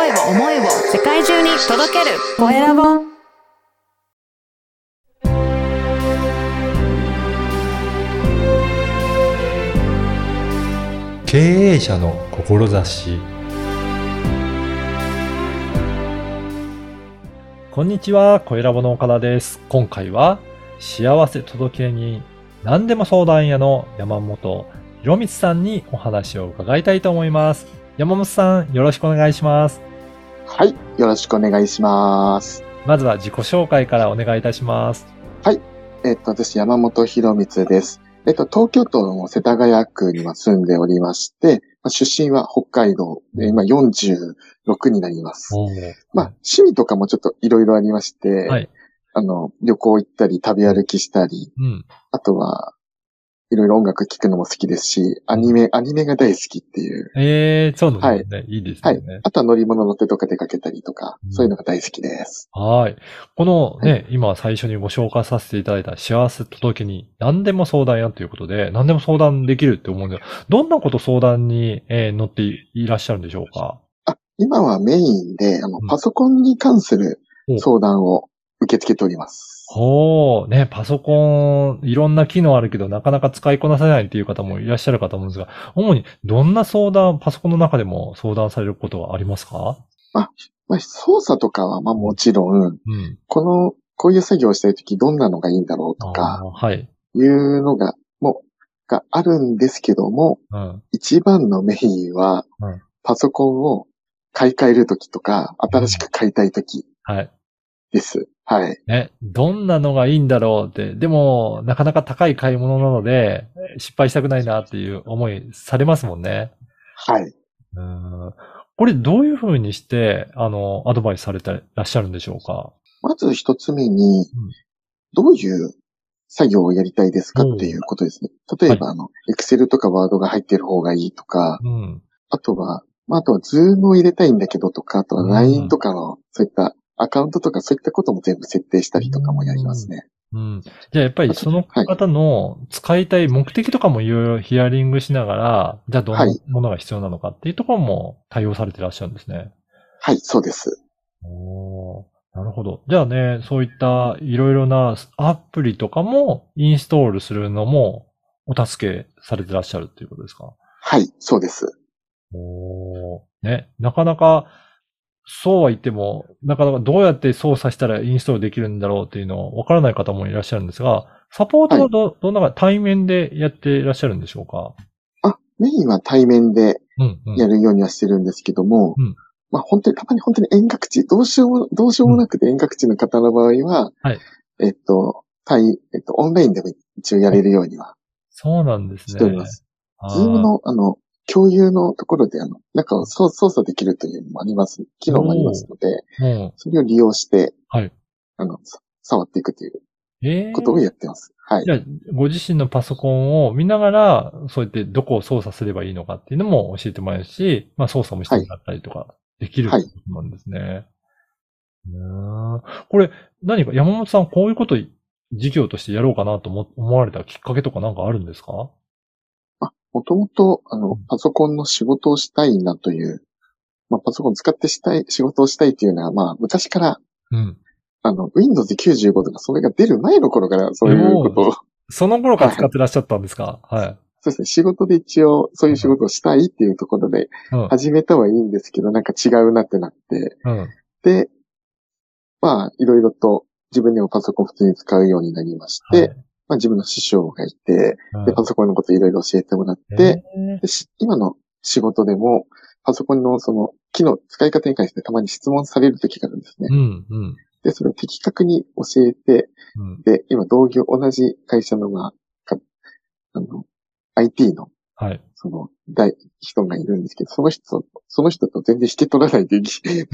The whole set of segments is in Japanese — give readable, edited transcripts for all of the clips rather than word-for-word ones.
声を世界中に届けるコエラボ。 経営者の志。こんにちは、コエラボの岡田です。今回は幸せ届け人、何でも相談屋の山本博光さんにお話を伺いたいと思います。山本さん、よろしくお願いします。 はい、よろしくお願いします。 まずは自己紹介からお願いいたします。 はい、私山本博光です。東京都の世田谷区に住んでおりまして、出身は北海道で、今46になります。趣味とかもちょっといろいろありまして、はい、旅行行ったり、食べ歩きしたり、あとはいろいろ音楽聴くのも好きですし、アニメが大好きっていう。 そうなんですね。はい、いいですね。はい。 あとは乗り物乗ってどっか出かけたりとか、そういうのが大好きです。 はい。このね、はい、今最初にご紹介させていただいた幸せ届けに何でも相談やということで、何でも相談できるって思うんですが、どんなこと相談に、乗っていらっしゃるんでしょうか？ 今はメインで、パソコンに関する相談を受け付けております。 ね、パソコン、いろんな機能あるけど、なかなか使いこなせないっていう方もいらっしゃるかと思うんですが、主にどんな相談、パソコンの中でも相談されることはありますか？ 操作とかはもちろん、こういう作業をしたいときどんなのがいいんだろうとか、いうのがあるんですけども、一番のメインは、パソコンを買い替えるときとか、新しく買いたいときです。はい。 ね、どんなのがいいんだろうって、でも、なかなか高い買い物なので、失敗したくないなっていう思いされますもんね。 はい。 これどういうふうにして、アドバイスされてらっしゃるんでしょうか？ まず一つ目に、どういう作業をやりたいですかっていうことですね。例えば、Excel とか Word が入ってる方がいいとか、あとは、Zoom を入れたいんだけどとか、あとは LINE とかの、そういったアカウントとかそういったことも全部設定したりとかもやりますね。 じゃあやっぱりその方の使いたい目的とかもいろいろヒアリングしながら、じゃあどんなものが必要なのかっていうところも対応されてらっしゃるんですね。 はい、そうです。 なるほど。じゃあね、そういったいろいろなアプリとかもインストールするのもお助けされてらっしゃるっていうことですか？ はい、そうです。 ね、なかなか、そうは言っても、なかなかどうやって操作したらインストールできるんだろうっていうのをわからない方もいらっしゃるんですが、サポートはどんな対面でやっていらっしゃるんでしょうか？ メインは対面でやるようにはしてるんですけども、本当にたまに本当に遠隔地、どうしようもなくて遠隔地の方の場合は、オンラインでも一応やれるようにはそうなんですね。 しております。Zoom の共有のところで中を操作できるというのもあります。機能もありますので、それを利用して、触っていくということをやってます。はい。 じゃあ、ご自身のパソコンを見ながら、そうやってどこを操作すればいいのかっていうのも教えてもらえるし、操作もしてもらったりとかできるってことなんですね。これ、何か山本さんこういうこと事業としてやろうかなと思われたきっかけとかなんかあるんですか？ もともと、パソコンの仕事をしたいなという、パソコンを使って仕事をしたいというのは、昔から、Windows 95とかそれが出る前の頃からそういうことを。 その頃から使ってらっしゃったんですか？はい。 そうですね。仕事で一応そういう仕事をしたいっていうところで始めたはいいんですけど、なんか違うなってなって。で、いろいろと自分でもパソコン普通に使うようになりまして、自分の師匠がいて、で、パソコンのこといろいろ教えてもらって、で今の仕事でも、パソコンのその機能、使い方に関してたまに質問される時があるんですね。で、それを的確に教えて、で、今同じ会社のIT の、人がいるんですけど、その人と全然引き取らないと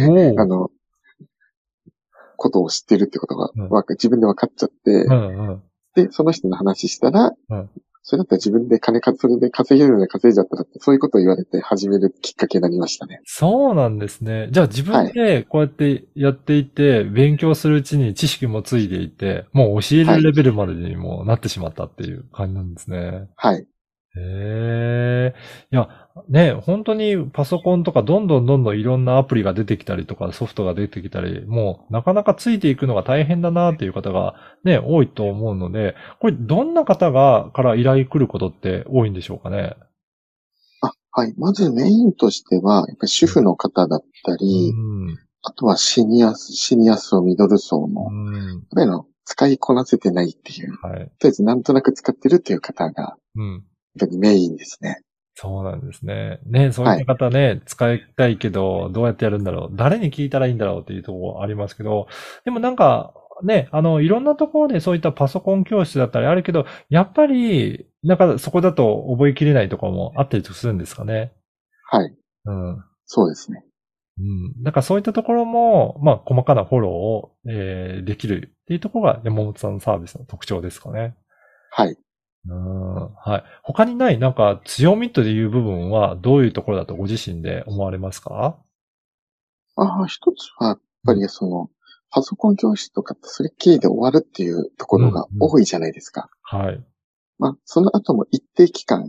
ことを知ってるってことが、自分で分かっちゃって、で、その人の話したら、それだったら自分でそれで稼げるので稼いじゃったらって、そういうことを言われて始めるきっかけになりましたね。 そうなんですね。じゃあ自分でこうやってやっていて、勉強するうちに知識もついていて、もう教えるレベルまでにもなってしまったっていう感じなんですね。 はい。 へえ。いや、ね、本当にパソコンとかどんどんいろんなアプリが出てきたりとかソフトが出てきたり、もうなかなかついていくのが大変だなっていう方がね、多いと思うので、これどんな方から依頼来ることって多いんでしょうかね。 はい。まずメインとしては、やっぱり主婦の方だったり、あとはシニア層、ミドル層の、やっぱり使いこなせてないっていう、 はい。 とりあえずなんとなく使ってるっていう方が、本当にメインですね。 そうなんですね。ね、そういった方ね、使いたいけど、どうやってやるんだろう。誰に聞いたらいいんだろうっていうところありますけど、でもなんか、ね、いろんなところでそういったパソコン教室だったりあるけど、やっぱり、なんかそこだと覚えきれないところもあったりするんですかね。 はい。そうですね。 だからそういったところも、まあ、細かなフォローを、できるっていうところが山本さんのサービスの特徴ですかね。 はい。 はい。他にない、なんか強みという部分はどういうところだとご自身で思われますか？ 一つは、やっぱりパソコン教室とかってそれっきりで終わるっていうところが多いじゃないですか。 はい。 まあ、その後も一定期間、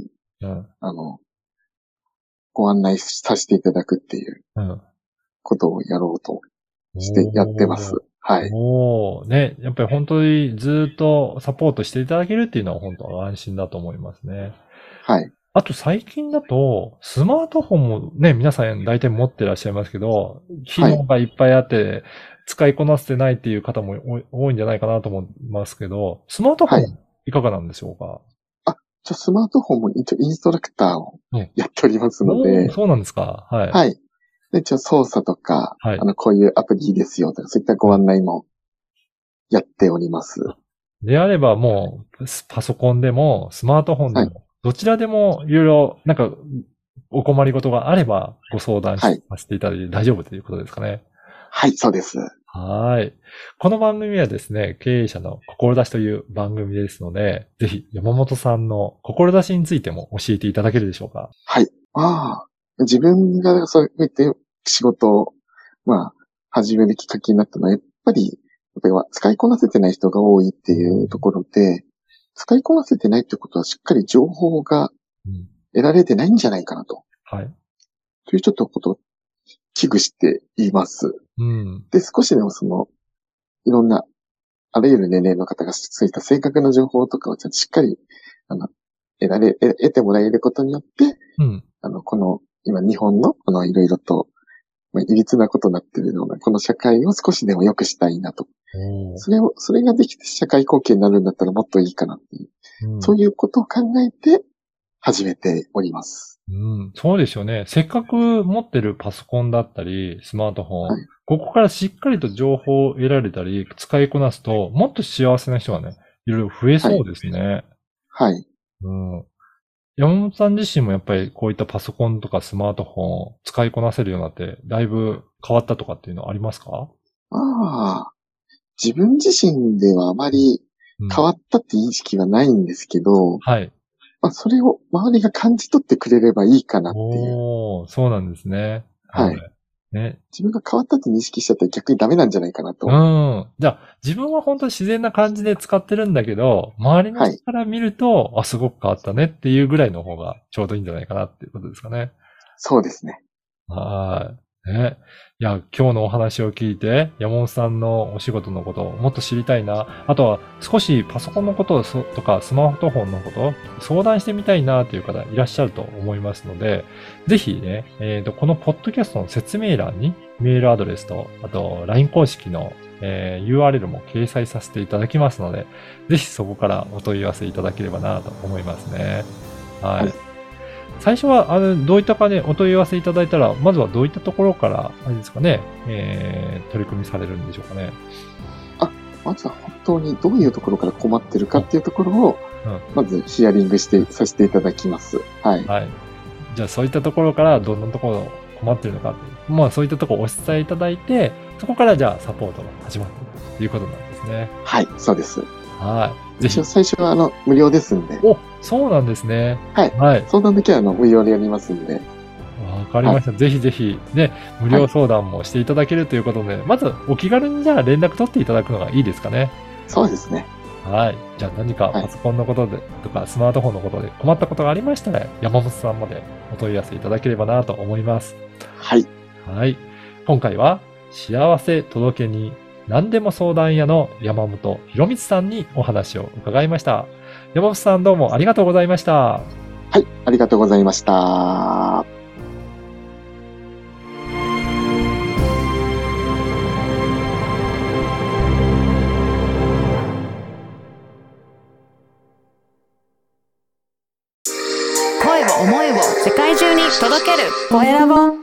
ご案内させていただくっていうことをやろうとしてやってます。はい。 ね。やっぱり本当にずっとサポートしていただけるっていうのは本当安心だと思いますね。 はい。 あと最近だと、スマートフォンもね、皆さん大体持ってらっしゃいますけど、機能がいっぱいあって、使いこなせてないっていう方も多いんじゃないかなと思いますけど、スマートフォンいかがなんでしょうか？ スマートフォンも一応インストラクターをやっておりますので。 そうなんですか。はい。 はい。で、一応操作とか、こういうアプリいいですよとか、そういったご案内もやっております。 であればもう、パソコンでも、スマートフォンでも、どちらでもいろいろ、なんか、お困りごとがあれば、ご相談させていただいて大丈夫ということですかね。 はい、そうです。 はい。この番組はですね、経営者の志という番組ですので、ぜひ山本さんの志についても教えていただけるでしょうか？ はい。自分がそうやって仕事を、始めるきっかけになったのは、やっぱり使いこなせてない人が多いっていうところで、使いこなせてないってことはしっかり情報が得られてないんじゃないかなと。 はい。 というちょっとことを危惧しています。で、少しでもいろんな、あらゆる年齢の方がそういった正確な情報とかをしっかり、得てもらえることによって、今日本のいろいろと、いびつなことになっているような、この社会を少しでも良くしたいなと。それができて社会貢献になるんだったらもっといいかなっていう、そういうことを考えて始めております。 そうですよね。せっかく持ってるパソコンだったり、スマートフォン、ここからしっかりと情報を得られたり、使いこなすと、もっと幸せな人がね、いろいろ増えそうですね。 はい。 山本さん自身もやっぱりこういったパソコンとかスマートフォンを使いこなせるようになって、だいぶ変わったとかっていうのはありますか？ 自分自身ではあまり変わったって意識はないんですけど、 はい。 それを周りが感じ取ってくれればいいかなっていう。 そうなんですね。 はい。ね。自分が変わったって認識しちゃったら逆にダメなんじゃないかなと。 じゃあ、自分は本当に自然な感じで使ってるんだけど、周りの人から見ると、すごく変わったねっていうぐらいの方がちょうどいいんじゃないかなっていうことですかね。 そうですね。 はい。ね。いや、今日のお話を聞いて、山本さんのお仕事のことをもっと知りたいな。あとは、少しパソコンのこととか、スマートフォンのこと、相談してみたいなという方いらっしゃると思いますので、ぜひね、このポッドキャストの説明欄にメールアドレスと、あと、LINE 公式の、URL も掲載させていただきますので、ぜひそこからお問い合わせいただければなと思いますね。はい。最初は、どういったかね、お問い合わせいただいたら、まずはどういったところから、あれですかね、取り組みされるんでしょうかね。 まずは本当にどういうところから困ってるかっていうところを、まずヒアリングさせていただきます。はい。 はい。じゃあそういったところから、どんなところ困ってるのかそういったところをお伝えいただいて、そこからじゃあサポートが始まっていくということなんですね。 はい、そうです。 はい。 最初は無料ですんで。 そうなんですね。 はい。はい。相談だけは無料でやりますんで。 わかりました。ぜひぜひ、ね、無料相談もしていただけるということで、まずお気軽にじゃあ連絡取っていただくのがいいですかね。 そうですね。 はい。じゃあ何かパソコンのことで、とかスマートフォンのことで困ったことがありましたら、山本さんまでお問い合わせいただければなと思います。 はい。 はい。今回は、幸せ届けに何でも相談屋の山本博光さんにお話を伺いました。山本さんどうもありがとうございました。 はい。ありがとうございました。 声を思いを世界中に届けるコエラボ。